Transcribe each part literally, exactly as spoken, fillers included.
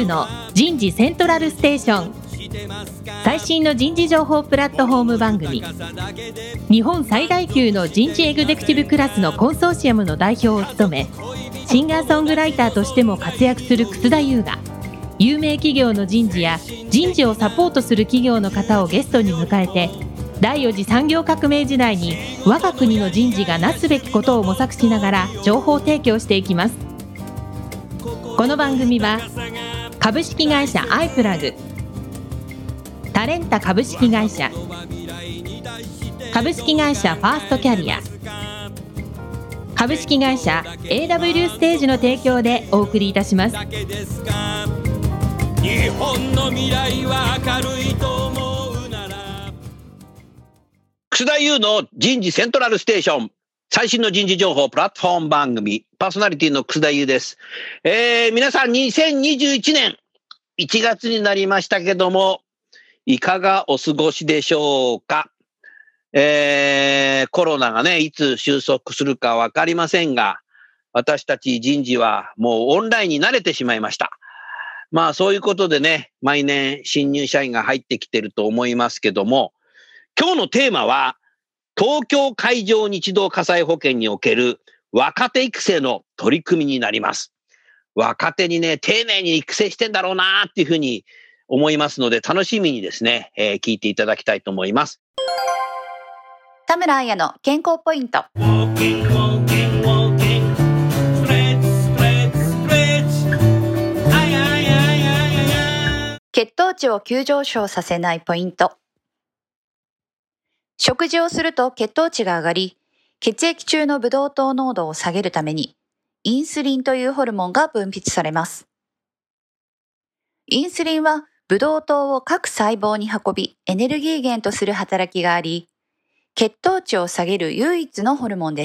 優の人事セントラルステーション、最新の人事情報プラットフォーム番組。日本最大級の人事エグゼクティブクラスのコンソーシアムの代表を務め、シンガーソングライターとしても活躍する楠田優が、有名企業の人事や人事をサポートする企業の方をゲストに迎えて、第四次産業革命時代に我が国の人事がなすべきことを模索しながら情報提供していきます。この番組は株式会社アイプラグ、タレンタ株式会社、株式会社ファーストキャリア、株式会社 エーダブリュー ステージの提供でお送りいたします。 日本の未来は明るいと思うなら。 楠田優の人事セントラルステーション、最新の人事情報プラットフォーム番組、パーソナリティの楠田優です。えー、皆さんにせんにじゅういちねんいちがつになりましたけども、いかがお過ごしでしょうか。えー、コロナがね、いつ収束するかわかりませんが、私たち人事はもうオンラインに慣れてしまいました。まあそういうことでね、毎年新入社員が入ってきてると思いますけども、今日のテーマは、東京海上日動火災保険における若手育成の取り組みになります。若手にね、丁寧に育成してんだろうなっていうふうに思いますので、楽しみにですね、えー、聞いていただきたいと思います。 田村彩の健康ポイント。血糖値を急上昇させないポイント。食事をすると血糖値が上がり、血液中のブドウ糖濃度を下げるために、インスリンというホルモンが分泌されます。インスリンはブドウ糖を各細胞に運び、エネルギー源とする働きがあり、血糖値を下げる唯一のホルモンです。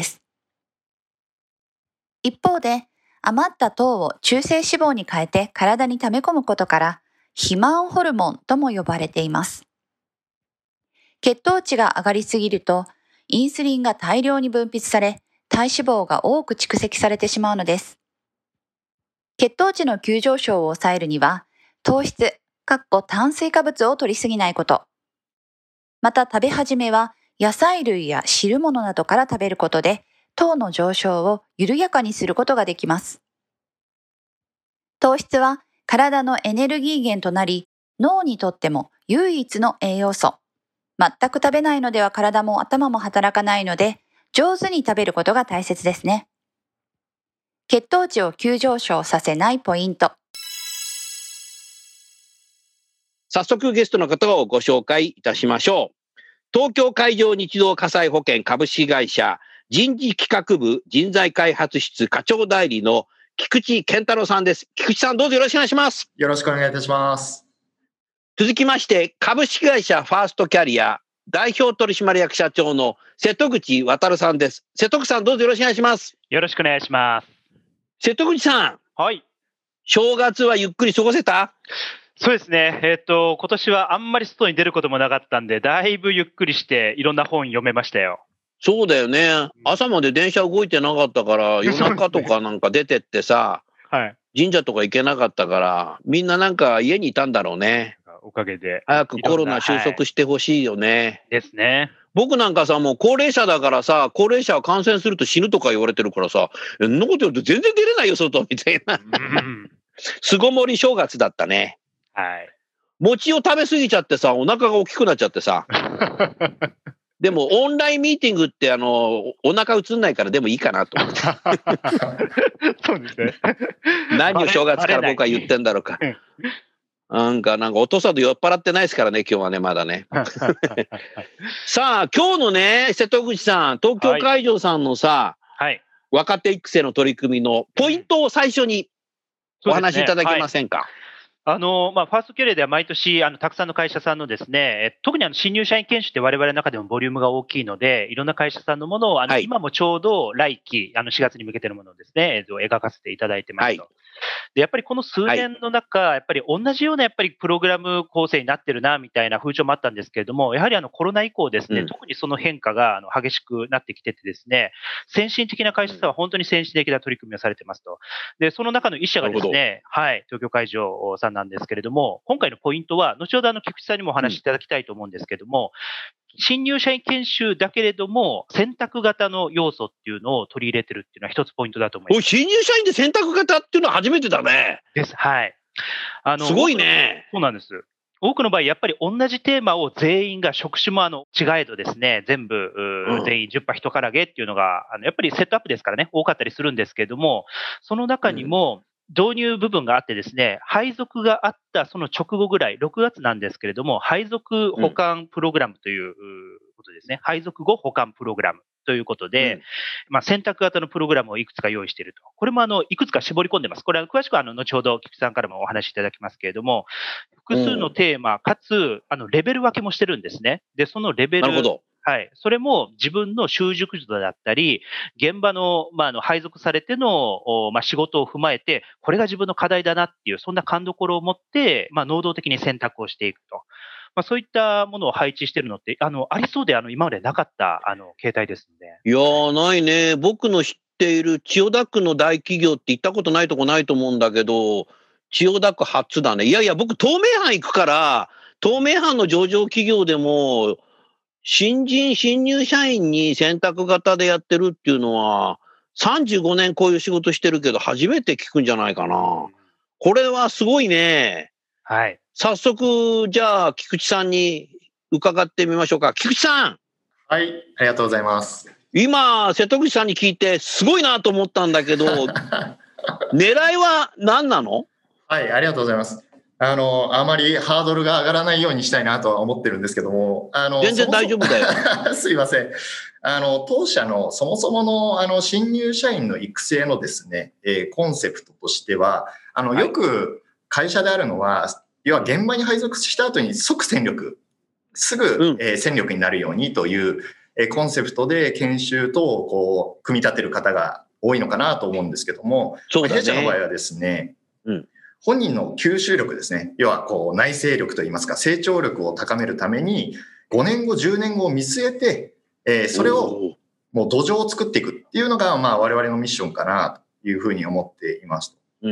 一方で、余った糖を中性脂肪に変えて体に溜め込むことから、肥満ホルモンとも呼ばれています。血糖値が上がりすぎると、インスリンが大量に分泌され、体脂肪が多く蓄積されてしまうのです。血糖値の急上昇を抑えるには、糖質、かっこ炭水化物を摂りすぎないこと。また食べ始めは、野菜類や汁物などから食べることで、糖の上昇を緩やかにすることができます。糖質は体のエネルギー源となり、脳にとっても唯一の栄養素。全く食べないのでは体も頭も働かないので、上手に食べることが大切ですね。血糖値を急上昇させないポイント。 早速ゲストの方をご紹介いたしましょう。東京海上日動火災保険株式会社人事企画部人材開発室課長代理の菊池健太郎さんです。菊池さん、どうぞよろしくお願いします。 よろしくお願いいたします。 続きまして、株式会社ファーストキャリア代表取締役社長の瀬戸口渉さんです。瀬戸口さん、どうぞよろしくお願いします。 よろしくお願いします。 瀬戸口さん。 はい。 正月はゆっくり過ごせた？ そうですね。えっと、今年はあんまり外に出ることもなかったんで、だいぶゆっくりしていろんな本読めましたよ。 そうだよね。朝まで電車動いてなかったから、夜中とかなんか出てってさ、 はい。 神社とか行けなかったから、みんななんか家にいたんだろうね。 おかげで。 早くコロナ収束してほしいよね。 はい、ですね。 僕なんかさ、もう高齢者だからさ、高齢者は感染すると死ぬとか言われてるからさ、そんなこと言うと全然出れないよ、外みたいな。巣ごもり正月だったね。 はい。 餅を食べ過ぎちゃってさ、お腹が大きくなっちゃってさ。でもオンラインミーティングってあのお腹映んないからでもいいかなと思って。 そうですね。 何を正月から僕は言ってんだろうか。なんかなんかお父さんと酔っ払ってないですからね、今日はね、まだね。さあ今日のね、瀬戸口さん、東京海上さんのさ、 はい、 若手育成の取り組みのポイントを最初にお話しいただけませんか？ あのまあ、ファーストキャリアでは毎年あのたくさんの会社さんのですね、え特にあの新入社員研修って我々の中でもボリュームが大きいので、いろんな会社さんのものをあの、はい、今もちょうど来期あのしがつに向けてのものをですね、描かせていただいてますと。はい、 で、やっぱりこの数年の中、はい、やっぱり同じようなやっぱりプログラム構成になってるな、みたいな風潮もあったんですけれども、やはりあのコロナ以降ですね、うん、特にその変化があの激しくなってきててですね、先進的な会社さんは本当に先進的な取り組みをされてますと。で、その中の一社がですね、はい、東京海上さんなんですけれども、今回のポイントは、後ほどあの菊池さんにもお話しいただきたいと思うんですけれども、うん、新入社員研修だけれども、選択型の要素っていうのを取り入れてるっていうのは一つポイントだと思います。 お、新入社員で選択型っていうのは初めてだね。 です。はい。あの、 すごいね。 そうなんです。多くの場合、やっぱり同じテーマを全員が職種もあの違えどですね、全部、うん、全員じゅっぱ人からげっていうのが、あのやっぱりセットアップですからね、多かったりするんですけれども、その中にも導入部分があってですね、配属があったその直後ぐらい、ろくがつなんですけれども、配属補完プログラムということですね、配属後補完プログラム。ということで、うん、まあ、選択型のプログラムをいくつか用意していると。これもあの、いくつか絞り込んでます。これは詳しくはあの、後ほど菊池さんからもお話しいただきますけれども、複数のテーマ、かつ、あの、レベル分けもしてるんですね。で、そのレベル。 なるほど。 はい。それも自分の習熟度だったり、現場の、まあ、あの、配属されての、まあ、仕事を踏まえて、これが自分の課題だなっていう、そんな勘どころを持って、まあ、能動的に選択をしていくと。まあ、そういったものを配置しているのって、あの、ありそうで、あの、今までなかった、あの、形態ですので。 いやー、ないね。僕の知っている千代田区の大企業って行ったことないとこないと思うんだけど、千代田区初だね。いやいや、僕、東名阪行くから、東名阪の上場企業でも、新人、新入社員に選択型でやってるっていうのは、さんじゅうごねんこういう仕事してるけど、初めて聞くんじゃないかな。これはすごいね。 はい。 早速、じゃあ、菊池さんに伺ってみましょうか。菊池さん。 はい、ありがとうございます。 今、瀬戸口さんに聞いて、すごいなと思ったんだけど、狙いは何なの？ はい、ありがとうございます。あの、あまりハードルが上がらないようにしたいなとは思ってるんですけども、あの、 全然大丈夫だよ。 すいません。あの、当社のそもそもの、あの、新入社員の育成のですね、えー、コンセプトとしては、あの、よく会社であるのは、はい、要は現場に配属した後に即戦力、すぐ、うんえー、戦力になるようにという、えー、コンセプトで研修等をこう、組み立てる方が多いのかなと思うんですけども、 そうだね、 弊社の場合はですね、 うん本人の吸収力ですね。要は、こう、内省力といいますか、成長力を高めるために、ごねんご、じゅうねんごを見据えて、えー、それを、もう土壌を作っていくっていうのが、まあ、我々のミッションかな、というふうに思っています。 うん、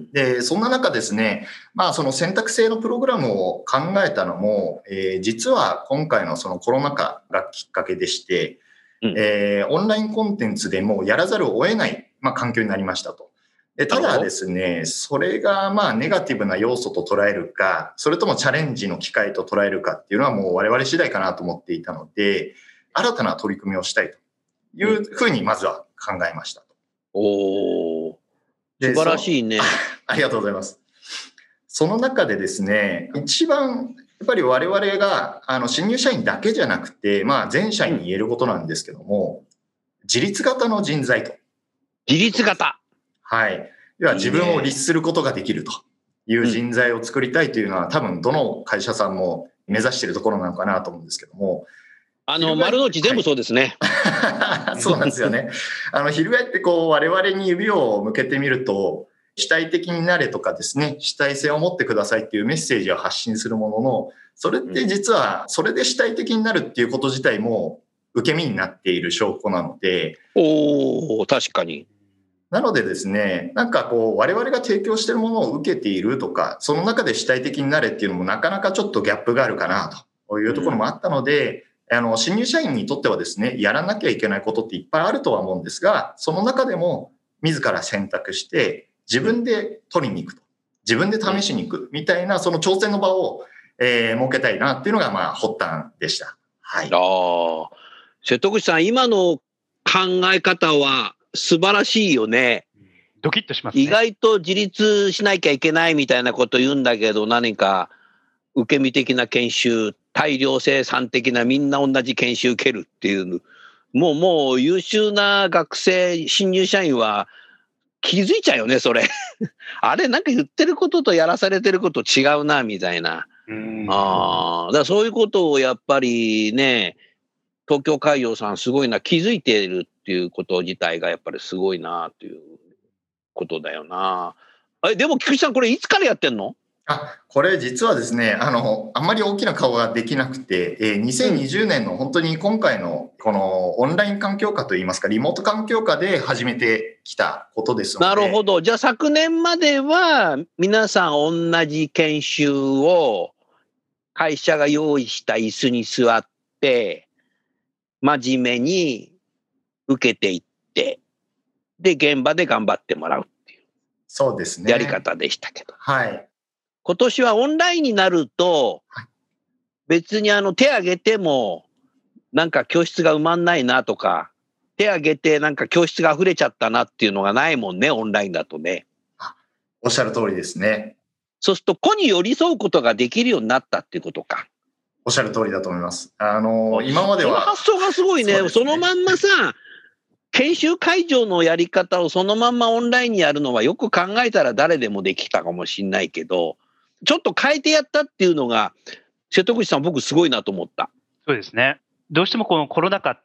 で、そんな中ですね、まあ、その選択制のプログラムを考えたのも、えー、実は今回のそのコロナ禍がきっかけでして、うんえー、オンラインコンテンツでもうやらざるを得ない、まあ、環境になりましたと。ただですね、それがまあネガティブな要素と捉えるか、それともチャレンジの機会と捉えるかっていうのはもう我々次第かなと思っていたので、新たな取り組みをしたいというふうにまずは考えました。 おー、素晴らしいね。 ありがとうございます。その中でですね、一番やっぱり我々があの新入社員だけじゃなくて、まあ全社員に言えることなんですけども、自立型の人材と。 自立型。 はい。要は自分を律することができるという人材を作りたいというのは、うん、多分どの会社さんも目指しているところなのかなと思うんですけども。 あの、丸の内全部そうですね。 はい、そうなんですよね。あの、翻ってこう我々に指を向けてみると、主体的になれとかですね、主体性を持ってくださいっていうメッセージを発信するものの、それって実はそれで主体的になるっていうこと自体も受け身になっている証拠なので。 おー、確かに。 なのでですね、なんかこう我々が提供しているものを受けているとか、その中で主体的になれっていうのもなかなかちょっとギャップがあるかなというところもあったので、うん、あの新入社員にとってはですね、やらなきゃいけないことっていっぱいあるとは思うんですが、その中でも自ら選択して自分で取りに行くと、自分で試しに行くみたいなその挑戦の場を、えー、設けたいなっていうのがまあ発端でした。はい。 ああ、瀬戸口さん、今の考え方は素晴らしいよね。 ドキッとしますね。 意外と自立しなきゃいけないみたいなこと言うんだけど、何か受け身的な研修、大量生産的なみんな同じ研修受けるっていう、もうもう優秀な学生、新入社員は気づいちゃうよね、それ。あれ、なんか言ってることとやらされてること違うな、みたいな。 うんああ、だからそういうことをやっぱりね、東京海洋さんすごいな、気づいているっていうこと自体がやっぱりすごいなということだよな。 え、でも菊池さん、これいつからやってんの？ あ、これ実はですね、あの、あんまり大きな顔ができなくて、えー、にせんにじゅうねんの本当に今回のこのオンライン環境下といいますか、リモート環境下で始めてきたことですので。 なるほど。じゃあ昨年までは皆さん同じ研修を会社が用意した椅子に座って、真面目に受けていって、で、現場で頑張ってもらうっていう。 そうですね。 やり方でしたけど。 はい。 今年はオンラインになると、別にあの手挙げても、なんか教室が埋まんないなとか、手挙げてなんか教室が溢れちゃったなっていうのがないもんね、オンラインだとね。 おっしゃる通りですね。 そうすると、個に寄り添うことができるようになったっていうことか。 おっしゃる通りだと思います。あの、今までは。 その発想がすごいね。そねそのまんまさ、研修会場のやり方をそのまんまオンラインにやるのはよく考えたら誰でもできたかもしれないけど、ちょっと変えてやったっていうのが、瀬戸口さん、僕すごいなと思った。 そうですね。どうしてもこのコロナ禍って、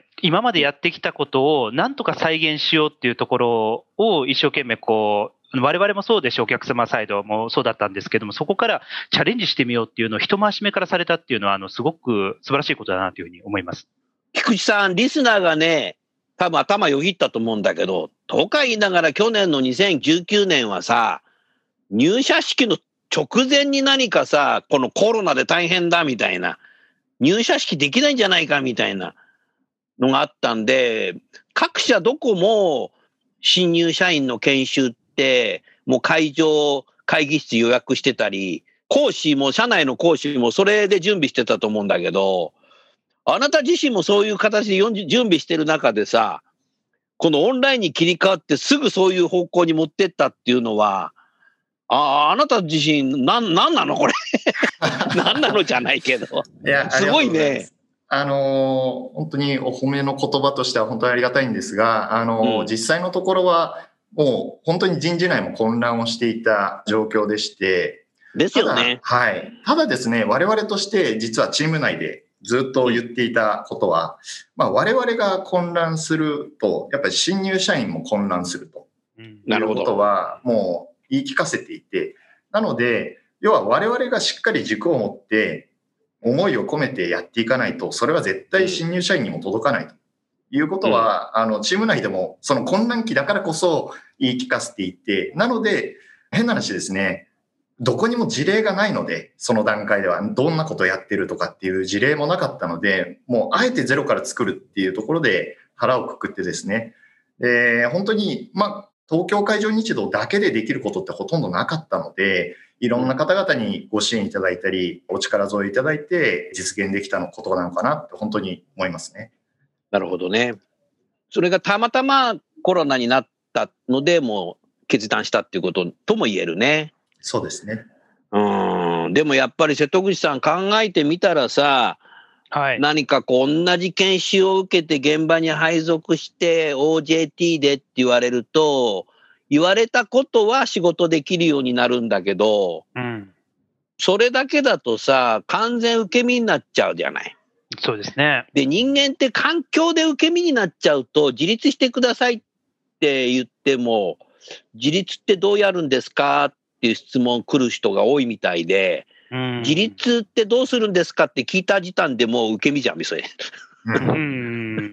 今までやってきたことをなんとか再現しようっていうところを一生懸命こう、我々もそうでしょ、お客様サイドもそうだったんですけども、そこからチャレンジしてみようっていうのを一回し目からされたっていうのは、あの、すごく素晴らしいことだなというふうに思います。 菊池さん、リスナーがね、多分頭よぎったと思うんだけど、とか言いながら去年のにせんじゅうきゅうねんはさ、入社式の直前に何かさ、このコロナで大変だみたいな、入社式できないんじゃないかみたいなのがあったんで、各社どこも新入社員の研修ってもう会場、会議室予約してたり、講師も社内の講師もそれで準備してたと思うんだけど、あなた自身もそういう形で準備してる中でさ、このオンラインに切り替わってすぐそういう方向に持ってったっていうのは、ああ、あなた自身、なん、なんなのこれ。なんなのじゃないけど。 いや、 すごいね。 あのー、本当にお褒めの言葉としては本当にありがたいんですが、あのーうん、実際のところは、もう本当に人事内も混乱をしていた状況でして。 ですよね。 はい。ただですね、我々として実はチーム内でずっと言っていたことは、まあ我々が混乱すると、やっぱり新入社員も混乱すると。うん、なるほど。いうことは、もう、言い聞かせていて、なので、要は我々がしっかり軸を持って思いを込めてやっていかないと、それは絶対新入社員にも届かないということは、うん、あの、チーム内でもその混乱期だからこそ言い聞かせていて、なので、変な話ですね、どこにも事例がないので、その段階ではどんなことをやってるとかっていう事例もなかったので、もうあえてゼロから作るっていうところで腹をくくってですね、えー、本当に、まあ、東京海上日動だけでできることってほとんどなかったので、いろんな方々にご支援いただいたり、お力添えいただいて実現できたことなのかなって本当に思いますね。 なるほどね。それがたまたまコロナになったので、もう決断したっていうこととも言えるね。 そうですね。 うん。でもやっぱり瀬戸口さん考えてみたらさ、はい、何かこう同じ研修を受けて現場に配属して オージェーティー でって言われると、言われたことは仕事できるようになるんだけど、うん、それだけだとさ、完全受け身になっちゃうじゃない。 そうですね。 で、人間って環境で受け身になっちゃうと、自立してくださいって言っても、自立ってどうやるんですかっていう質問来る人が多いみたいで、うん、自立ってどうするんですかって聞いた時点でもう受け身じゃん、それ。うん、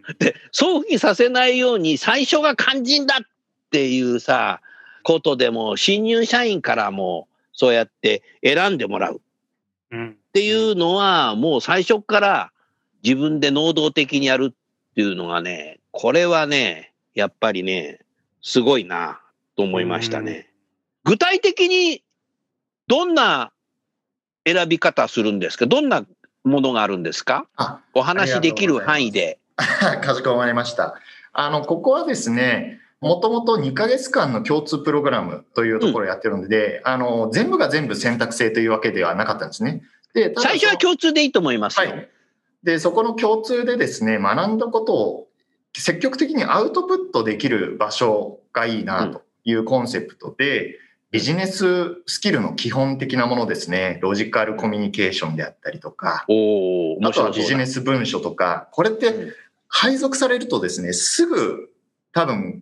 で、そうにさせないように最初が肝心だっていうさ、ことでも新入社員からもそうやって選んでもらうっていうのはもう最初から自分で能動的にやるっていうのがね、これはね、やっぱりね、すごいなと思いましたね。具体的にどんな選び方するんですか？どんなものがあるんですか？お話しできる範囲で。 かしこまりました。あの、ここはですね、もともとにかげつかんの共通プログラムというところをやってるので、うん、あの、全部が全部選択制というわけではなかったんですね。で、 最初は共通でいいと思いますよ。はい。 で、そこの共通でですね、学んだことを積極的にアウトプットできる場所がいいなというコンセプトで、うん、ビジネススキルの基本的なものですね。ロジカルコミュニケーションであったりとか、おあとはビジネス文書とか、これって配属されるとですね、すぐ多分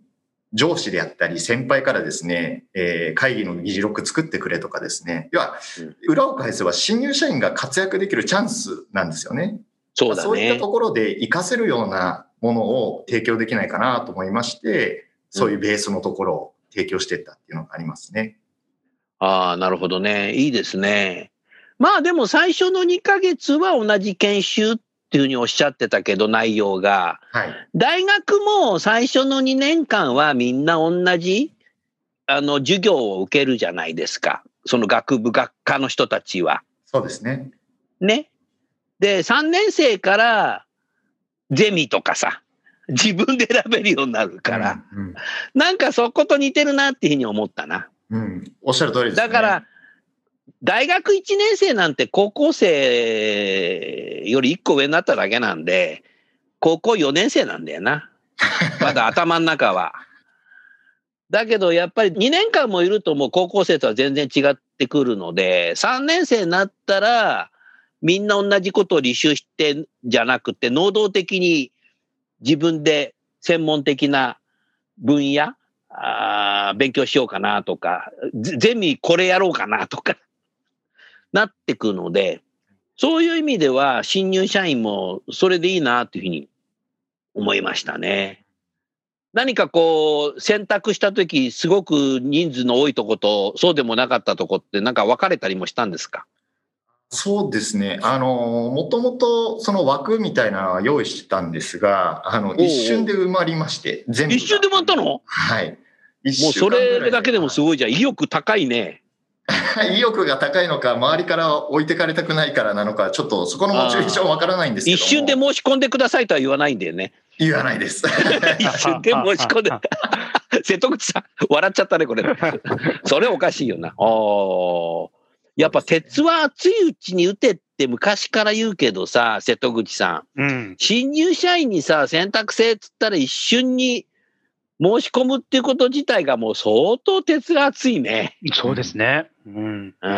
上司であったり先輩からですね、えー、会議の議事録作ってくれとかですね、要は裏を返せば新入社員が活躍できるチャンスなんですよね。 そうだね。 そういったところで活かせるようなものを提供できないかなと思いまして、そういうベースのところを提供していったっていうのがありますね。 うん、ああ、なるほどね。いいですね。まあでも最初のにかげつは同じ研修っていうふうにおっしゃってたけど、内容が。 はい。 大学も最初のにねんかんはみんな同じ、あの、授業を受けるじゃないですか。その学部学科の人たちは。 そうですね。 ね。で、さんねん生からゼミとかさ、自分で選べるようになるから、うんうん、なんかそこと似てるなっていうふうに思ったな。 うん。おっしゃる通りですね。 だから、大学いちねん生なんて高校生よりいっこ上になっただけなんで、高校よねん生なんだよな。まだ頭の中は。だけどやっぱりにねんかんもいるともう高校生とは全然違ってくるので、さんねん生になったらみんな同じことを履修してじゃなくて、能動的に自分で専門的な分野、あ勉強しようかなとか、ゼミこれやろうかなとか。なってくるので、そういう意味では新入社員もそれでいいなというふうに思いましたね。何かこう選択したときすごく人数の多いとことそうでもなかったとこってなんか分かれたりもしたんですか？ そうですね。あの、もともとその枠みたいなのは用意してたんですが、あの、一瞬で埋まりまして、全部。 一瞬で埋まったの？ はい。 もうそれだけでもすごいじゃん。意欲高いね。 意欲が高いのか、周りから置いてかれたくないからなのか、ちょっとそこのモチベーションわからないんですけども。 一瞬で申し込んでくださいとは言わないんだよね。 言わないです。 一瞬で申し込んで。瀬戸口さん、笑っちゃったね、これ。それおかしいよな。あやっぱ鉄は熱いうちに打てって昔から言うけどさ、瀬戸口さん。うん、新入社員にさ、選択制っつったら一瞬に申し込むっていうこと自体がもう相当鉄が熱いね。 そうですね。うん。 うん。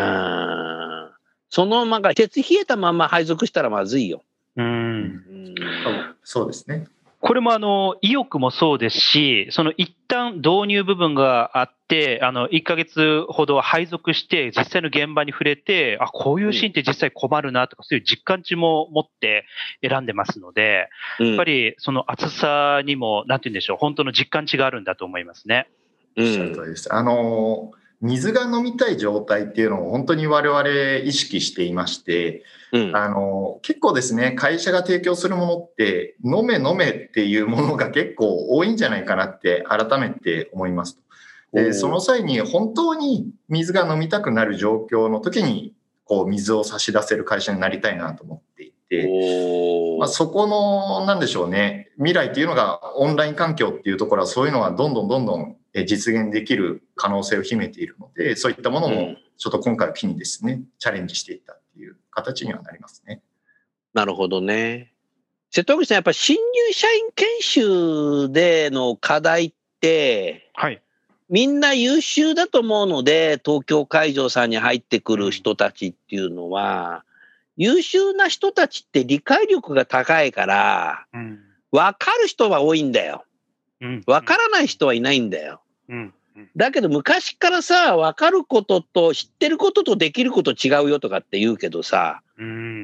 そのまま、鉄冷えたまま配属したらまずいよ。 うん。うんうん、そうですね。 これもあの、意欲もそうですし、その一旦導入部分があって、あの、いっかげつほど配属して、実際の現場に触れて、あ、こういうシーンって実際困るなとか、そういう実感値も持って選んでますので、うん、やっぱりその厚さにも、なんて言うんでしょう、本当の実感値があるんだと思いますね。 おっしゃる通りです。あの、水が飲みたい状態っていうのを本当に我々意識していまして、うん、あの結構ですね、会社が提供するものって飲め飲めっていうものが結構多いんじゃないかなって改めて思います。でその際に本当に水が飲みたくなる状況の時にこう水を差し出せる会社になりたいなと思っていて、まあ、そこのなんでしょうね、未来っていうのがオンライン環境っていうところはそういうのはどんどんどんどん実現できる可能性を秘めているので、そういったものもちょっと今回を機にですね、チャレンジしていったっていう形にはなりますね。 なるほどね。瀬戸口さん、やっぱり新入社員研修での課題って、はい、みんな優秀だと思うので、東京海上さんに入ってくる人たちっていうのは、優秀な人たちって理解力が高いから、うん、分かる人は多いんだよ。分からない人はいないんだよ。うんうん、だけど昔からさ、分かることと知ってることとできること違うよとかって言うけどさ、うん、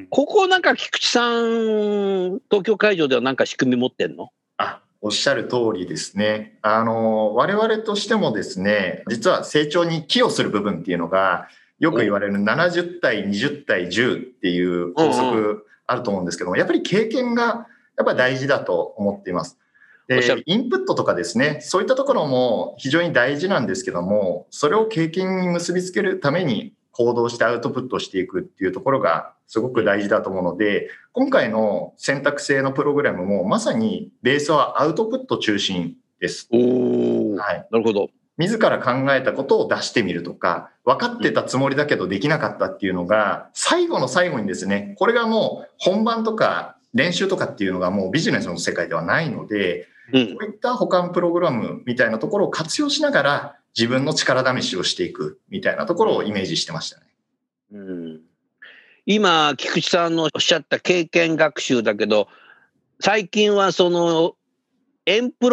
ここなんか菊池さん、東京海上ではなんか仕組み持ってんの？ あ、おっしゃる通りですね。あの、我々としてもですね、実は成長に寄与する部分っていうのが、よく言われるななじゅう対にじゅう対じゅうっていう法則あると思うんですけども、やっぱり経験がやっぱり大事だと思っています。で、インプットとかですね、そういったところも非常に大事なんですけども、それを経験に結びつけるために行動してアウトプットしていくっていうところがすごく大事だと思うので、今回の選択制のプログラムもまさにベースはアウトプット中心です。 おー、はい、なるほど。 自ら考えたことを出してみるとか、分かってたつもりだけどできなかったっていうのが、最後の最後にですね、これがもう本番とか練習とかっていうのがもうビジネスの世界ではないので、うん、こういった補完プログラムみたいなところを活用しながら自分の力試しをしていくみたいなところをイメージしてましたね。 うん、今、菊池さんのおっしゃった経験学習だけど、最近はそのエンプロイ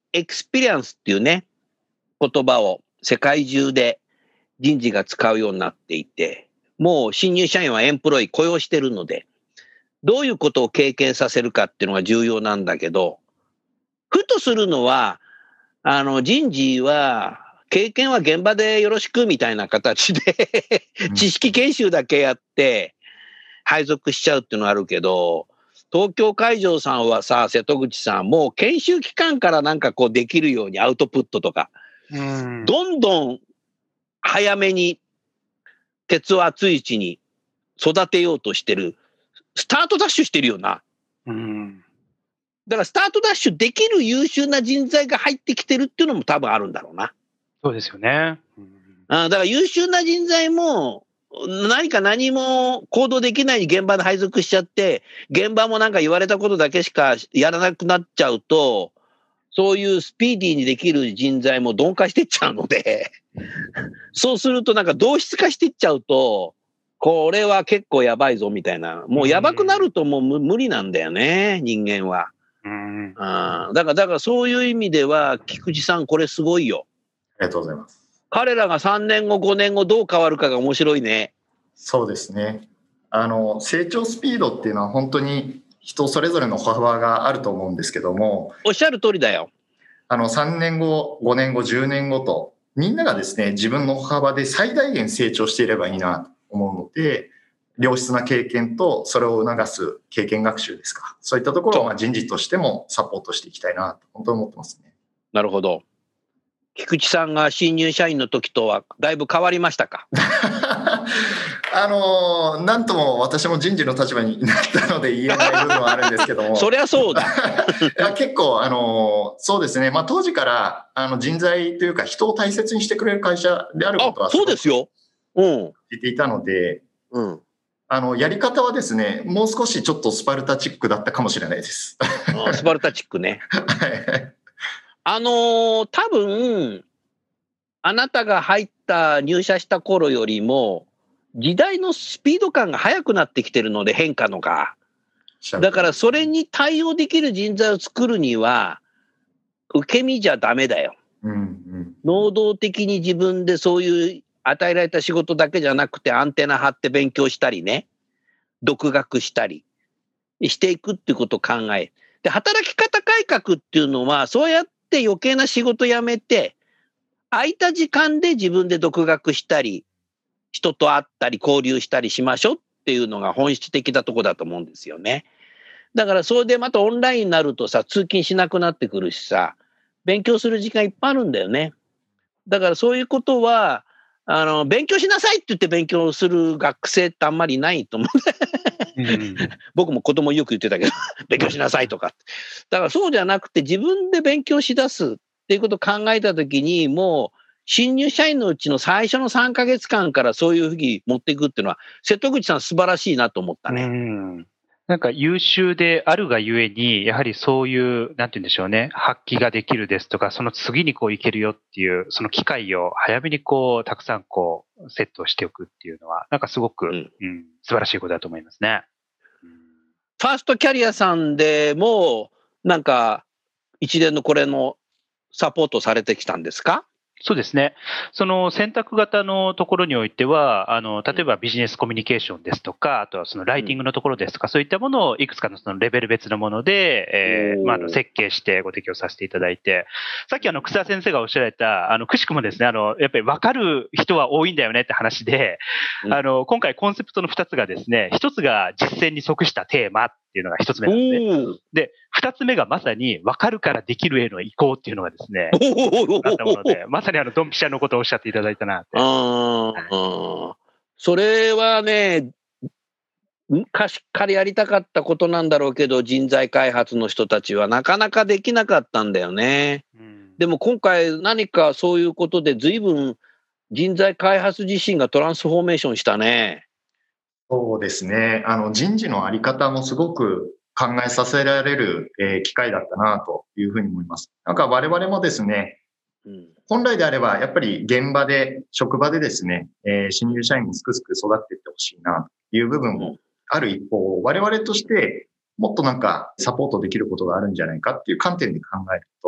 エクスペリエンスっていうね、言葉を世界中で人事が使うようになっていて、もう新入社員はエンプロイ雇用してるので、どういうことを経験させるかっていうのが重要なんだけど、ふとするのは、あの人事は経験は現場でよろしくみたいな形で知識研修だけやって配属しちゃうっていうのはあるけど、東京海上さんはさ、瀬戸口さん、もう研修期間からなんかこうできるようにアウトプットとか、 うんどんどん早めに鉄を熱いうちに育てようとしてる、スタートダッシュしてるよな。 うんだからスタートダッシュできる優秀な人材が入ってきてるっていうのも多分あるんだろうな。 そうですよね。うんあだから優秀な人材も何か何も行動できない現場で配属しちゃって、現場もなんか言われたことだけしかやらなくなっちゃうと、そういうスピーディーにできる人材も鈍化していっちゃうので、そうするとなんか同質化していっちゃうと、これは結構やばいぞみたいな、もうやばくなるともう無理なんだよね、人間は。 うんあだから、だからそういう意味では、菊池さん、これすごいよ。 ありがとうございます。 彼らがさんねんご、ごねんごどう変わるかが面白いね。 そうですね。あの、成長スピードっていうのは本当に人それぞれの歩幅があると思うんですけども、 おっしゃる通りだよ。 あの、さんねんご、ごねんご、じゅうねんごと、みんながですね、自分の歩幅で最大限成長していればいいなと思うので、良質な経験とそれを促す経験学習ですか。そういったところをまあ人事としてもサポートしていきたいなと本当に思ってますね。 なるほど。菊池さんが新入社員の時とはだいぶ変わりましたか？ あの、なんとも私も人事の立場になったので言えない部分はあるんですけども。 そりゃそうだ。 いや結構、あの、そうですね。まあ当時からあの人材というか人を大切にしてくれる会社であることはあ、そうですよ。うん。 聞いていたので、 うん。 あの、やり方はですね、もう少しちょっとスパルタチックだったかもしれないです。 あスパルタチックね。 はいあのー、多分、あなたが入った入社した頃よりも、時代のスピード感が速くなってきてるので、変化のが。だからそれに対応できる人材を作るには、受け身じゃダメだよ。 うんうん、 能動的に自分でそういう与えられた仕事だけじゃなくてアンテナ張って勉強したりね、独学したりしていくっていうことを考え。で、働き方改革っていうのは、そうやって余計な仕事辞めて、空いた時間で自分で独学したり、人と会ったり交流したりしましょうっていうのが本質的なところだと思うんですよね。だからそれでまたオンラインになるとさ、通勤しなくなってくるしさ、勉強する時間いっぱいあるんだよね。だからそういうことは、あの、勉強しなさいって言って勉強する学生ってあんまりないと思う。うん、僕も子供よく言ってたけど、勉強しなさいとか。だからそうじゃなくて自分で勉強しだすっていうことを考えたときに、もう新入社員のうちの最初のさんかげつかんからそういうふうに持っていくっていうのは、瀬戸口さん素晴らしいなと思ったね。 うんなんか優秀であるがゆえに、やはりそういう、なんて言うんでしょうね、発揮ができるですとか、その次にこういけるよっていう、その機会を早めにこう、たくさんこう、セットしておくっていうのは、なんかすごく、うんうん、素晴らしいことだと思いますね。 うん、ファーストキャリアさんでも、なんか、一連のこれのサポートされてきたんですか？ そうですね。その選択型のところにおいては、あの、例えばビジネスコミュニケーションですとか、あとはそのライティングのところですとか、そういったものをいくつかのそのレベル別のもので、えー、まあ、あの、設計してご提供させていただいて、さっきあの、草先生がおっしゃられた、あの、くしくもですね、あの、やっぱり分かる人は多いんだよねって話で、あの、今回コンセプトのふたつがですね、ひとつが実践に即したテーマっていうのがひとつめなんですね。で、ふたつめがまさに分かるからできるへの移行っていうのがですね、あったもので、まさにあの、ドンピシャのことをおっしゃっていただいたなって。 ああ、それはね、昔からやりたかったことなんだろうけど、人材開発の人たちはなかなかできなかったんだよね。うん、でも今回何かそういうことで随分人材開発自身がトランスフォーメーションしたね。 そうですね。あの人事のあり方もすごく考えさせられる、えー、機会だったなというふうに思います。なんか我々もですね、うん、本来であればやっぱり現場で、職場でですね、えー、新入社員にすくすく育っていってほしいなという部分もある一方、我々としてもっとなんかサポートできることがあるんじゃないかっていう観点で考えると、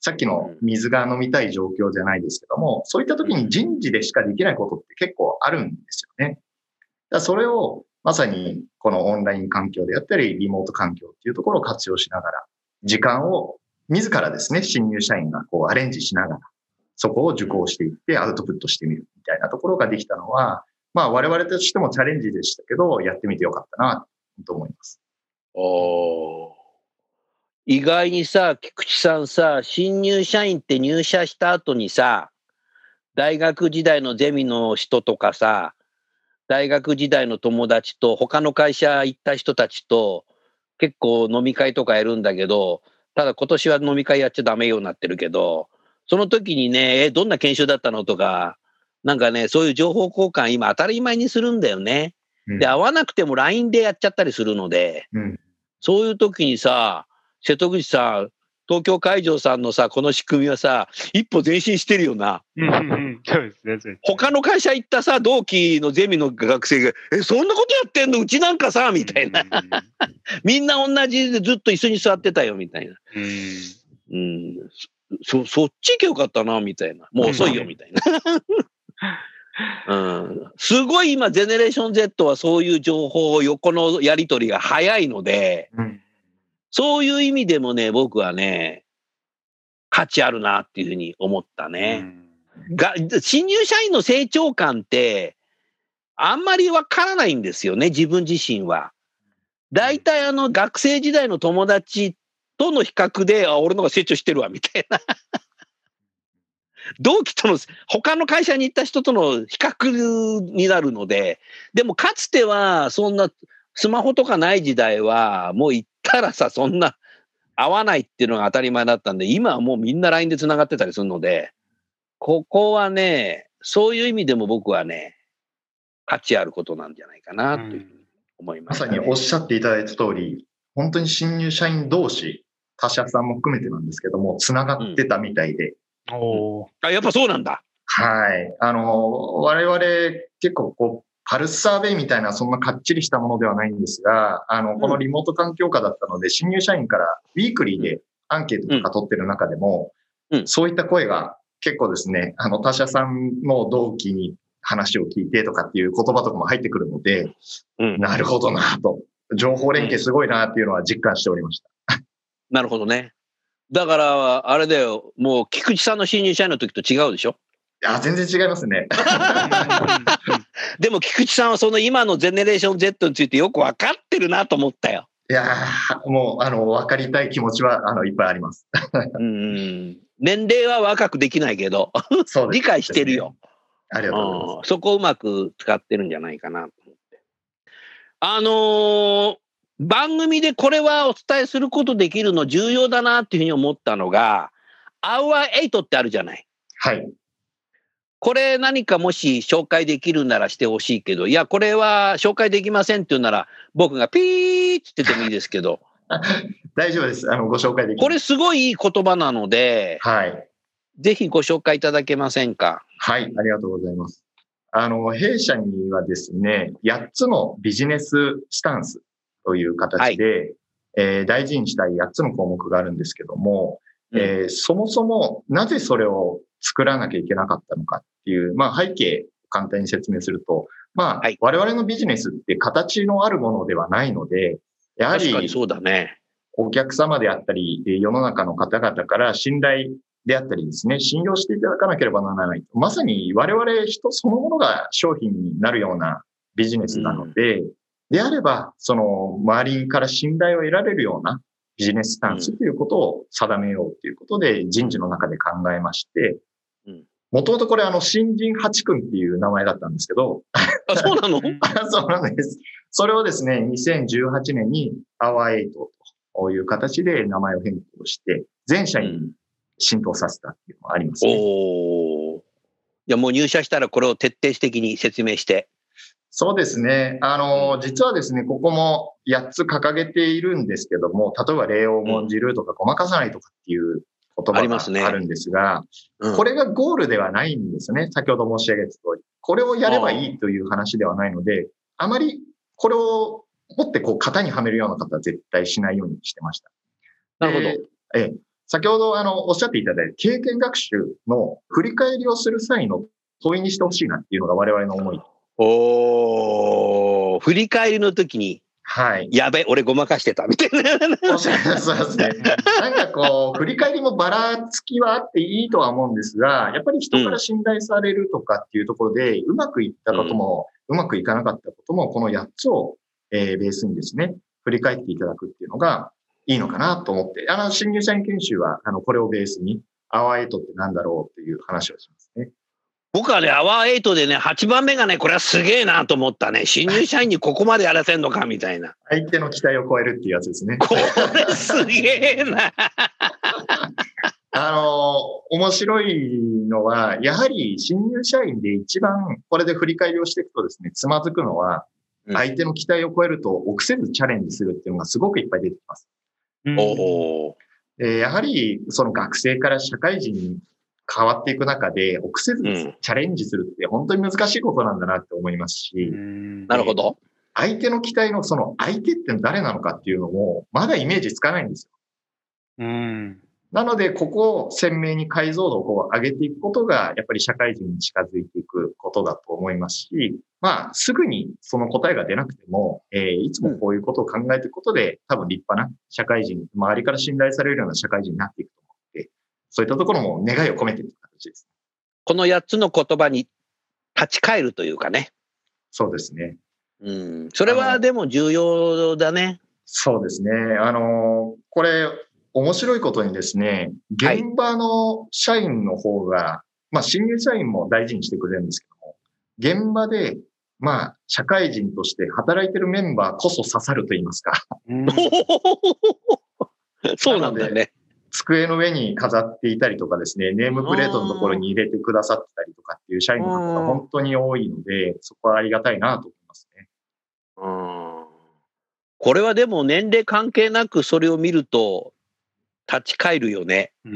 さっきの水が飲みたい状況じゃないですけども、そういった時に人事でしかできないことって結構あるんですよね。だからそれをまさにこのオンライン環境であったり、リモート環境っていうところを活用しながら、時間を自らですね、新入社員がこうアレンジしながら、そこを受講していってアウトプットしてみるみたいなところができたのは、まあ我々としてもチャレンジでしたけど、やってみてよかったなと思います。 おー。意外にさ、菊池さんさ、新入社員って入社した後にさ、大学時代のゼミの人とかさ、大学時代の友達と他の会社行った人たちと結構飲み会とかやるんだけど、ただ今年は飲み会やっちゃダメようになってるけど、その時にね、え、どんな研修だったのとか、なんかね、そういう情報交換今当たり前にするんだよね。うん、で、会わなくても ライン でやっちゃったりするので、うん、そういう時にさ、瀬戸口さん、東京海上さんのさ、この仕組みはさ、一歩前進してるよな。 そうですね。 他の会社行ったさ、同期のゼミの学生が、え、そんなことやってんのうちなんかさ、みたいな。みんな同じでずっと椅子に座ってたよ、みたいな。うん、そ, そっち行けよかったな、みたいな。もう遅いよ、みたいな。うん、すごい今、ゼネレーション Z はそういう情報を横のやり取りが早いので、うんそういう意味でもね、僕はね、価値あるなっていうふうに思ったね。うん、が新入社員の成長感って、あんまりわからないんですよね、自分自身は。大体あの学生時代の友達との比較で、あ、俺の方が成長してるわ、みたいな。同期との、他の会社に行った人との比較になるので、でもかつては、そんなスマホとかない時代は、もう行ったらさ、そんな合わないっていうのが当たり前だったんで、今はもうみんな ライン で繋がってたりするので、ここはね、そういう意味でも僕はね、価値あることなんじゃないかなというふうに思います、ね、 まさにおっしゃっていただいた通り、本当に新入社員同士、他社さんも含めてなんですけども、繋がってたみたいで。 うん、おあ、やっぱそうなんだ。 はい。あの、我々結構こう、パルスサーベイみたいなそんなかっちりしたものではないんですが、あの、このリモート環境下だったので、新入社員からウィークリーでアンケートとか取ってる中でも、うん、そういった声が結構ですね、あの、他社さんの同期に話を聞いてとかっていう言葉とかも入ってくるので、うん、なるほどなと、情報連携すごいなっていうのは実感しておりました。 なるほどね。だから、あれだよ、もう菊池さんの新入社員の時と違うでしょ？ いや、全然違いますね。 でも菊池さんはその今のゼネレーション Z についてよく分かってるなと思ったよ。 いやー、もう、あの、分かりたい気持ちは、あの、いっぱいあります。 うん年齢は若くできないけど、そうですね、理解してるよ。 ありがとうございます。 そこをうまく使ってるんじゃないかなと思って。あのー、番組でこれはお伝えすることできるの重要だなっていうふうに思ったのが、アウアーエイトってあるじゃない。 はい。 これ何かもし紹介できるならしてほしいけど、いや、これは紹介できませんって言うなら、僕がピーって言ってもいいですけど。 大丈夫です。あの、ご紹介できます。 これすごいいい言葉なので、 はい。 ぜひご紹介いただけませんか。 はい、ありがとうございます。あの、弊社にはですね、やっつのビジネススタンスという形で、はい、えー、大事にしたいやっつの項目があるんですけども、うん、えー、そもそもなぜそれを作らなきゃいけなかったのかっていう、まあ背景を簡単に説明すると、まあ、はい、我々のビジネスって形のあるものではないので、やはり、 確かにそうだね。 お客様であったり、世の中の方々から信頼であったりですね、信用していただかなければならない。まさに我々人そのものが商品になるようなビジネスなので、うん、であれば、その周りから信頼を得られるようなビジネススタンスということを定めようということで人事の中で考えまして、もともとこれあの新人八君っていう名前だったんですけど。 あ、そうなの？ そうなんです。それをですね、にせんじゅうはちねんにアワーエイトという形で名前を変更して、全社員に浸透させたっていうのがありますね。 おー。いやもう入社したらこれを徹底的に説明して。 そうですね。あの、実はですね、ここもやっつ掲げているんですけども、例えば礼を重んじるとかごまかさないとかっていう言葉があるんですが、うん、これがゴールではないんですね。先ほど申し上げた通り。これをやればいいという話ではないので、あまりこれを持ってこう型にはめるような方は絶対しないようにしてました。 なるほど。 ええ、 先ほどあのおっしゃっていただいた経験学習の振り返りをする際の問いにしてほしいなっていうのが我々の思い。 おー、振り返りの時に、 はい。 やべ、俺ごまかしてたみたいな。 おっしゃるそうですね。なんかこう、振り返りもばらつきはあっていいとは思うんですが、やっぱり人から信頼されるとかっていうところで、うまくいったことも、うまくいかなかったことも、このやっつを、えーベースにですね、振り返っていただくっていうのがいいのかなと思って、あの、新入社員研修は、あの、これをベースに、アワーエイトってなんだろうっていう話をしますね。 僕はね、アワーエイトでね、はちばんめがね、これはすげえなと思ったね。新入社員にここまでやらせんのかみたいな。 相手の期待を超えるっていうやつですね。 これすげえな。 あの、面白いのは、やはり新入社員で一番これで振り返りをしていくとですね、つまずくのは、相手の期待を超えると臆せずチャレンジするっていうのがすごくいっぱい出てきます。 おー。 でやはりその学生から社会人に変わっていく中で、臆せずチャレンジするって本当に難しいことなんだなって思いますし、 なるほど。 相手の期待のその相手って誰なのかっていうのも、まだイメージつかないんですよ。 うんなので、ここを鮮明に解像度をこう上げていくことが、やっぱり社会人に近づいていくことだと思いますし、まあ、すぐにその答えが出なくても、えー、いつもこういうことを考えていくことで、多分立派な社会人、周りから信頼されるような社会人になっていくと思って、そういったところも願いを込めている形です。 このやっつの言葉に立ち返るというかね。 そうですね。 うん。それはでも重要だね。 そうですね。あの、これ、面白いことにですね、現場の社員の方が、はい、まあ新入社員も大事にしてくれるんですけども、現場で、まあ社会人として働いてるメンバーこそ刺さると言いますか。 そうなんだね。 机の上に飾っていたりとかですね、ネームプレートのところに入れてくださってたりとかっていう社員の方が本当に多いので、そこはありがたいなと思いますね。 うん、これはでも年齢関係なくそれを見ると、立ち返るよね。 うん、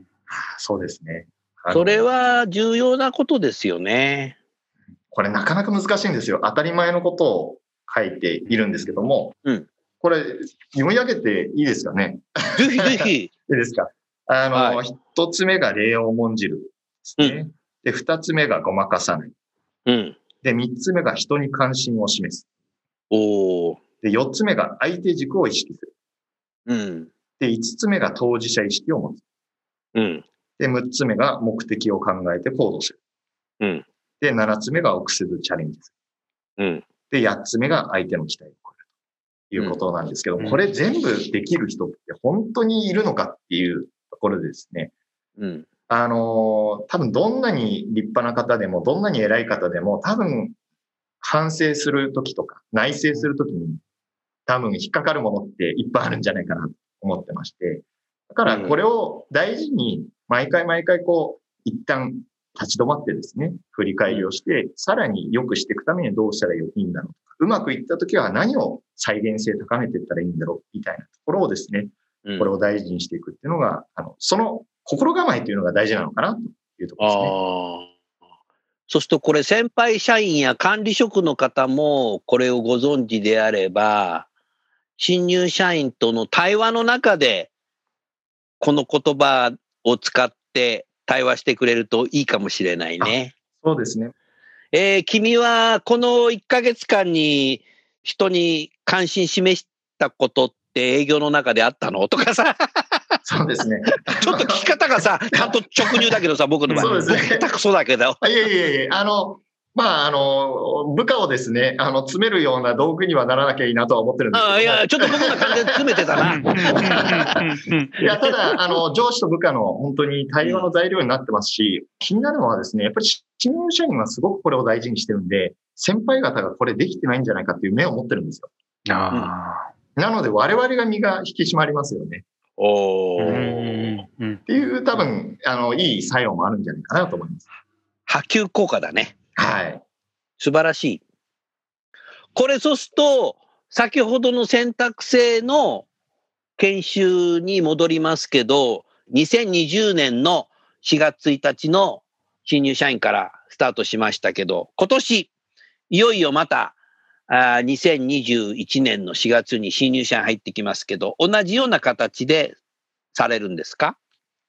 そうですね。 それは重要なことですよね。 これなかなか難しいんですよ。当たり前のことを書いているんですけども、うん、これ読み上げていいですかね。 ぜひぜひ。 いいですか。あの、はい、一つ目が礼を重んじるですね。うん、で、二つ目がごまかさない。 うん、 で、三つ目が人に関心を示す。 おー。 で、四つ目が相手軸を意識する。 うん。 で、五つ目が当事者意識を持つ。 うん。 で、六つ目が目的を考えて行動する。 うん。 で、七つ目が臆せずチャレンジする。うん。 で、八つ目が相手の期待を超えるということなんですけど、うん、これ全部できる人って本当にいるのかっていうところでですね。 うん。 あの、多分どんなに立派な方でも、どんなに偉い方でも、多分反省するときとか、内省するときに、多分引っかかるものっていっぱいあるんじゃないかなと思ってまして。だからこれを大事に毎回毎回こう一旦立ち止まってですね、振り返りをして、さらに良くしていくためにどうしたらいいんだろう。うまくいったときは何を再現性高めていったらいいんだろうみたいなところをですね、これを大事にしていくっていうのが、あの、その心構えというのが大事なのかなというところですね。 ああ。そうするとこれ先輩社員や管理職の方もこれをご存知であれば、新入社員との対話の中で、この言葉を使って対話してくれるといいかもしれないね。 そうですね。 えー、君はこのいっかげつかんに人に関心示したことって営業の中であったのとかさ。 そうですね。 ちょっと聞き方がさ、ちゃんと直入だけどさ、僕の場合。 そうですね。 下手くそだけど。 いやいやいや、あの、まあ、あの、部下をですね、あの、詰めるような道具にはならなきゃいいなとは思ってるんですけど。 あいや、ちょっと僕の完全に詰めてたな。 いや、ただ、あの、上司と部下の本当に対話の材料になってますし、気になるのはですね、やっぱり新入社員はすごくこれを大事にしてるんで、先輩方がこれできてないんじゃないかっていう目を持ってるんですよ。あなので、我々が身が引き締まりますよね。 おー。 っていう、多分、あの、いい作用もあるんじゃないかなと思います。 波及効果だね。 はい。 素晴らしい。これそうすると、先ほどの選択制の研修に戻りますけど、にせんにじゅうねんのしがつついたちの新入社員からスタートしましたけど、今年、いよいよまた、あにせんにじゅういちねんのしがつに新入社員入ってきますけど、同じような形でされるんですか？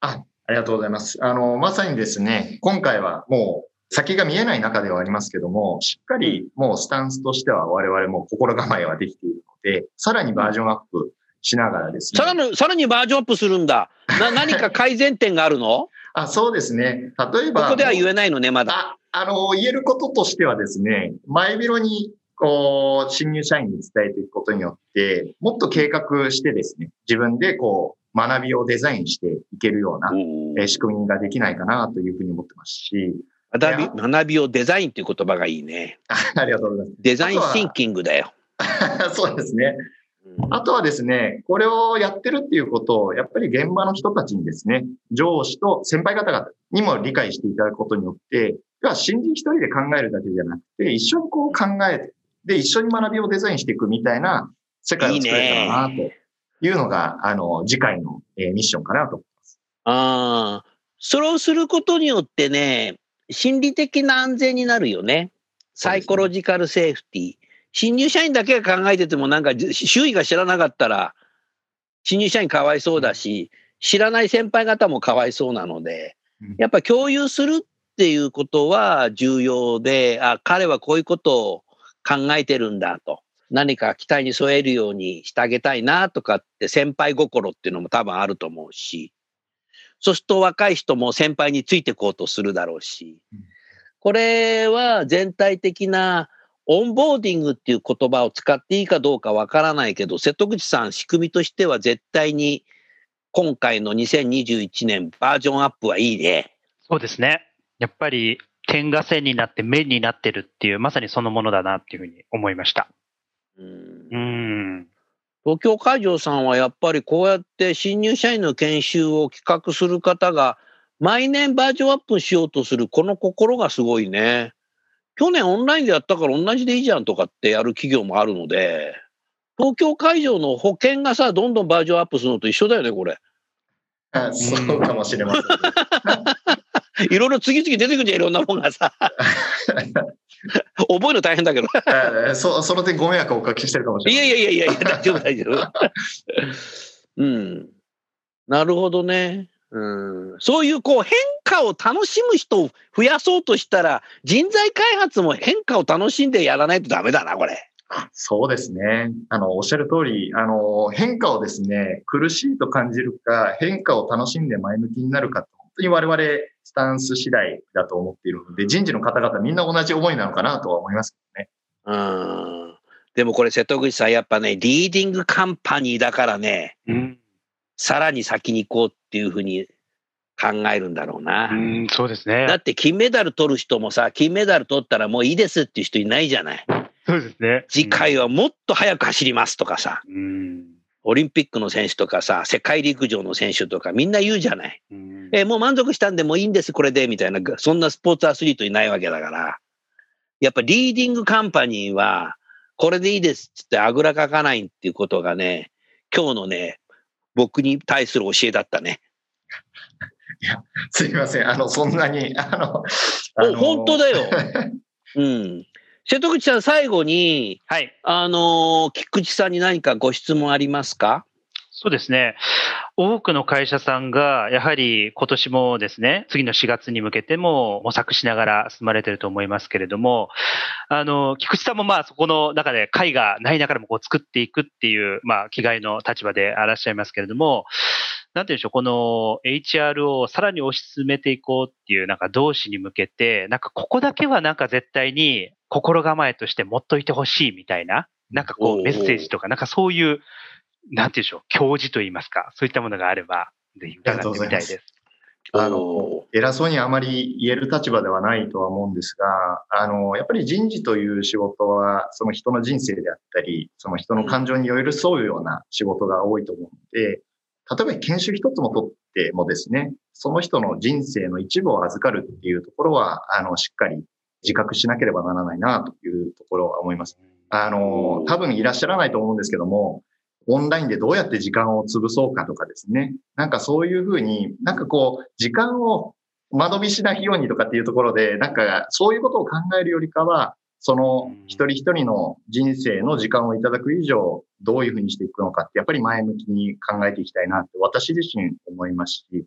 あ、ありがとうございます。あの、まさにですね、今回はもう先が見えない中ではありますけども、しっかりもうスタンスとしては我々も心構えはできているので、さらにバージョンアップしながらですね。 さらに、さらにバージョンアップするんだ。な、何か改善点があるの？ あ、そうですね。例えば。 ここでは言えないのね、まだ。 あ、あの、言えることとしてはですね、前広に、こう、新入社員に伝えていくことによって、もっと計画してですね、自分でこう、学びをデザインしていけるような、えー、仕組みができないかなというふうに思ってますし。 学び、学びをデザインという言葉がいいね。 ありがとうございます。 デザインシンキングだよ。 そうですね。あとはですね、これをやってるっていうことを、やっぱり現場の人たちにですね、上司と先輩方々にも理解していただくことによって、要は新人一人で考えるだけじゃなくて、一緒にこう考えて、で、一緒に学びをデザインしていくみたいな世界を作れたらな、というのが、いいね、あの、次回の、えー、ミッションかなと思います。 ああ、それをすることによってね、心理的な安全になるよね。サイコロジカルセーフティー。新入社員だけが考えててもなんか周囲が知らなかったら新入社員かわいそうだし、知らない先輩方もかわいそうなので、やっぱ共有するっていうことは重要で、あ、彼はこういうことを考えてるんだと、何か期待に添えるようにしてあげたいなとかって先輩心っていうのも多分あると思うし、そうすると若い人も先輩についていこうとするだろうし、これは全体的なオンボーディングっていう言葉を使っていいかどうかわからないけど、瀬戸口さん、仕組みとしては絶対に今回のにせんにじゅういちねんバージョンアップはいいね。 そうですね。やっぱり点が線になって面になってるっていう、まさにそのものだなっていうふうに思いました。 うーんうーん東京海上さんはやっぱりこうやって新入社員の研修を企画する方が毎年バージョンアップしようとするこの心がすごいね。去年オンラインでやったから同じでいいじゃんとかってやる企業もあるので、東京海上の保険がさ、どんどんバージョンアップするのと一緒だよね、これ。 あ、そうかもしれません、ね。 いろいろ次々出てくるじゃん、いろんなもんがさ。覚えるの大変だけど。 そ, その点ご迷惑をおかけしてるかもしれない。 いやいやいやいや、大丈夫大丈夫。うん。なるほどね。うん、そういうこう変化を楽しむ人を増やそうとしたら、人材開発も変化を楽しんでやらないとダメだな、これ。 そうですね。あの、おっしゃる通り、あの、変化をですね、苦しいと感じるか、変化を楽しんで前向きになるか、本当に我々スタンス次第だと思っているので、人事の方々みんな同じ思いなのかなとは思いますけどね。うん。でもこれ瀬戸口さん、やっぱね、リーディングカンパニーだからね、うん、さらに先に行こうっていうふうに考えるんだろうな。 うん、そうですね。 だって金メダル取る人もさ、金メダル取ったらもういいですっていう人いないじゃない。 そうですね。 次回はもっと早く走りますとかさ、うん、オリンピックの選手とかさ、世界陸上の選手とかみんな言うじゃない。うん、えもう満足したんでもういいんですこれでみたいな、そんなスポーツアスリートいないわけだから、やっぱリーディングカンパニーはこれでいいですってあぐらかかないっていうことがね、今日のね、僕に対する教えだったね。 いや、すいません。あの、そんなに、あの、 あのー、本当だよ。うん。瀬戸口さん、最後に、 はい。 あのー、菊池さんに何かご質問ありますか？ そうですね。多くの会社さんが、やはり今年もですね、次のしがつに向けても模索しながら進まれていると思いますけれども、あの、菊池さんもまあそこの中で会がない中でもこう作っていくっていう、まあ、気概の立場でいらっしゃいますけれども、なんていうんでしょう、この エイチアール をさらに推し進めていこうっていう、なんか同志に向けて、なんかここだけはなんか絶対に心構えとして持っといてほしいみたいな、なんかこうメッセージとか、なんかそういう、なんていうんでしょう、教示といいますか、そういったものがあれば、ぜひ伺ってみたいです。 あの、偉そうにあまり言える立場ではないとは思うんですが、あの、やっぱり人事という仕事は、その人の人生であったり、その人の感情に寄り添うような仕事が多いと思うので、例えば研修一つも取ってもですね、その人の人生の一部を預かるっていうところは、あの、しっかり自覚しなければならないなというところは思います。あの、多分いらっしゃらないと思うんですけども、オンラインでどうやって時間を潰そうかとかですね。なんかそういうふうに、なんかこう、時間を間延びしないようにとかっていうところで、なんかそういうことを考えるよりかは、その一人一人の人生の時間をいただく以上、どういうふうにしていくのかって、やっぱり前向きに考えていきたいなって私自身思いますし、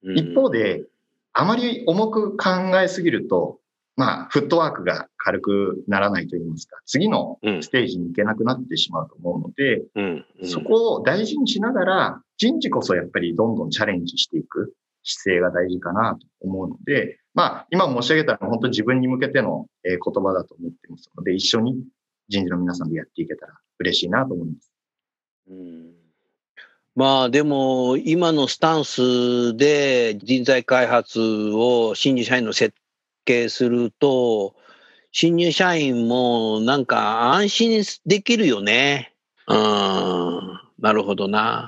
一方で、あまり重く考えすぎると、まあ、フットワークが軽くならないといいますか、次のステージに行けなくなってしまうと思うので、 うんうん、 そこを大事にしながら、人事こそやっぱりどんどんチャレンジしていく姿勢が大事かなと思うので、まあ、今申し上げたのは本当に自分に向けての言葉だと思っていますので、一緒に人事の皆さんでやっていけたら嬉しいなと思います。 うん、まあでも今のスタンスで人材開発を新入社員の設計すると、新入社員もなんか安心できるよね。うん、なるほどな。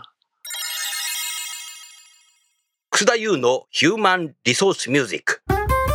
楠田優のヒューマンリソースミュージック。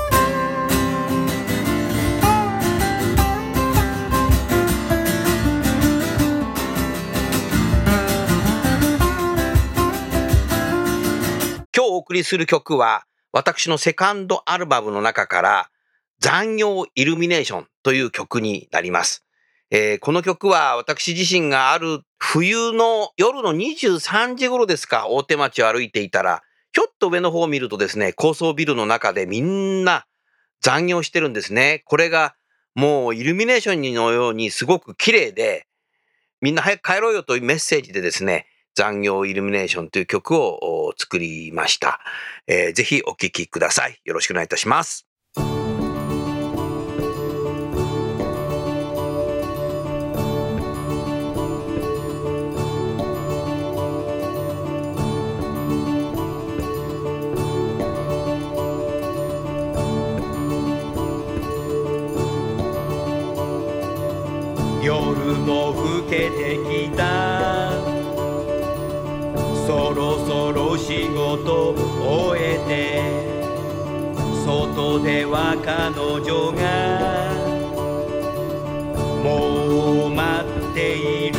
今日お送りする曲は私のセカンドアルバムの中から残業イルミネーションという曲になります。えー、この曲は私自身がある冬の夜のにじゅうさんじ頃ですか、大手町を歩いていたら、ひょっと上の方を見るとですね、高層ビルの中でみんな残業してるんですね。これがもうイルミネーションのようにすごく綺麗で、みんな早く帰ろうよというメッセージでですね、残業イルミネーションという曲を作りました。えー、ぜひお聴きください。よろしくお願いいたします。 夜も更けてきた、そろそろ仕事終えて、外では彼女がもう待っている。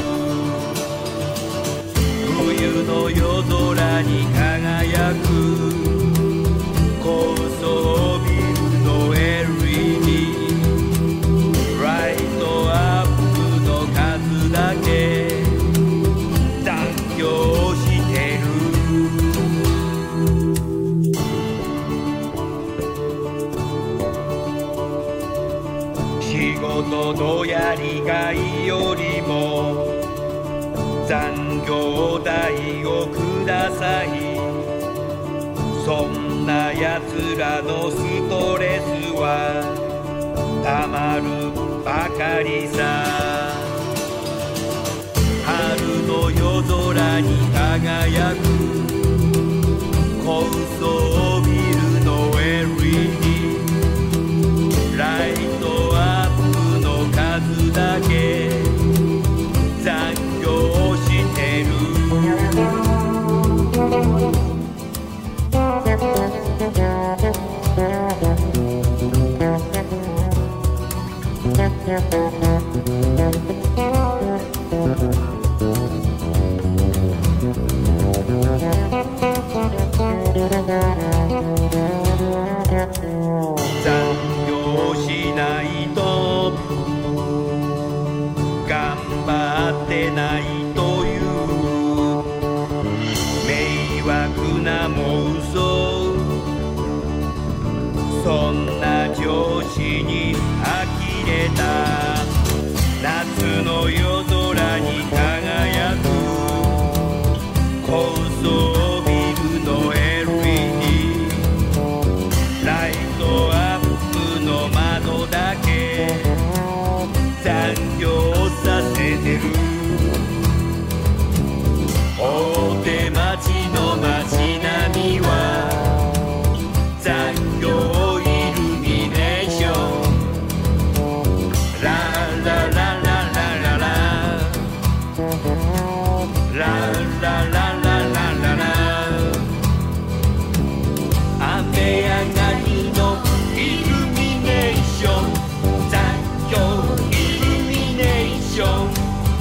冬の夜空に輝く高層ビルの エルイーディー、 ライトアップの数だけ残業してる。仕事のやりがいよりも残業代をください。そんなやつらのストレスはたまるばかりさ。春の夜空に輝く高層ビルの エルイーディー、 ライトアップの数だけ残業してる。残業しないと頑張ってないという迷惑な妄想、そんな上司に呆れた。夏の夜空に輝く高層ビルの エルイーディー、 ライトアップの窓だけ残業させてる。大手町の街並みは残業イルミネーション、ラララララララララララララ、雨上がりのイルミネーション、残業イルミネーション、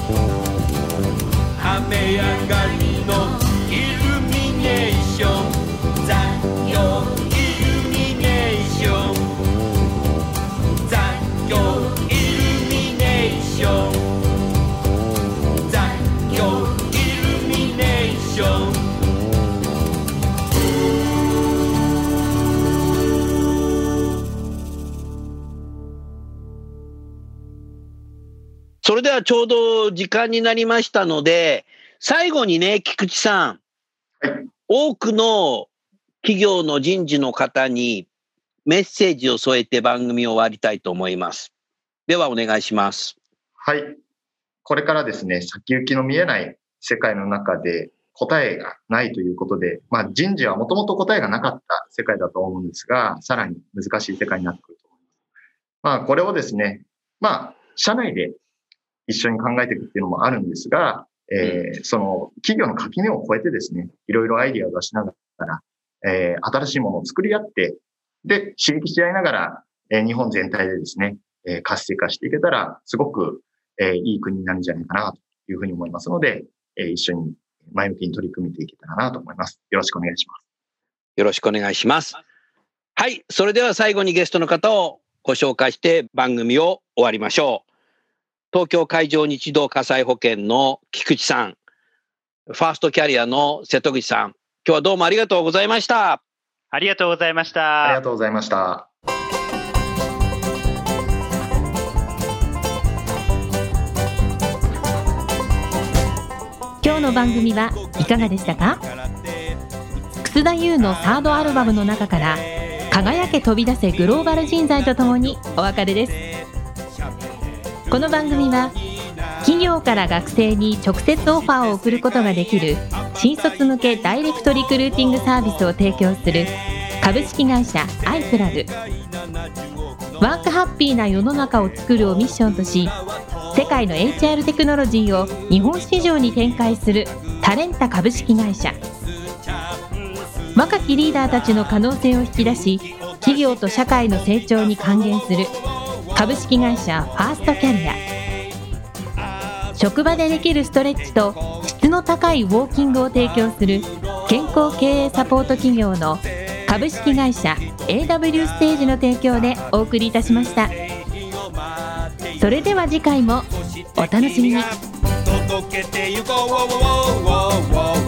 雨上がりのイルミネーション、残業イルミネーション、残業イルミネーション、残業イルミネーション。 それではちょうど時間になりましたので、最後にね、菊池さん、 はい、 多くの企業の人事の方にメッセージを添えて番組を終わりたいと思います。ではお願いします。 はい。これからですね、先行きの見えない世界の中で答えがないということで、まあ人事はもともと答えがなかった世界だと思うんですが、さらに難しい世界になってくると思います。まあこれをですね、まあ社内で一緒に考えていくっていうのもあるんですが、えー、その企業の垣根を越えてですね、いろいろアイディアを出しながら、えー、新しいものを作り合って、で、刺激し合いながら、えー、日本全体でですね、えー、活性化していけたら、すごく、えー、いい国になるんじゃないかなというふうに思いますので、えー、一緒に前向きに取り組めていけたらなと思います。よろしくお願いします。 よろしくお願いします。はい、それでは最後にゲストの方をご紹介して番組を終わりましょう。東京海上日動火災保険の菊池さん、ファーストキャリアの瀬戸口さん、今日はどうもありがとうございました。 ありがとうございました。 ありがとうございました。 今日の番組はいかがでしたか？楠田優のサードアルバムの中から輝け飛び出せグローバル人材とともにお別れです。この番組は企業から学生に直接オファーを送ることができる新卒向けダイレクトリクルーティングサービスを提供する株式会社アイプラグ、ワークハッピーな世の中を作るをミッションとし、世界の エイチアール テクノロジーを日本市場に展開するタレンタ株式会社、若きリーダーたちの可能性を引き出し、企業と社会の成長に還元する株式会社ファーストキャリア、職場でできるストレッチと質の高いウォーキングを提供する健康経営サポート企業の株式会社 エーダブリュー ステージの提供でお送りいたしました。それでは次回もお楽しみに。届けてゆこう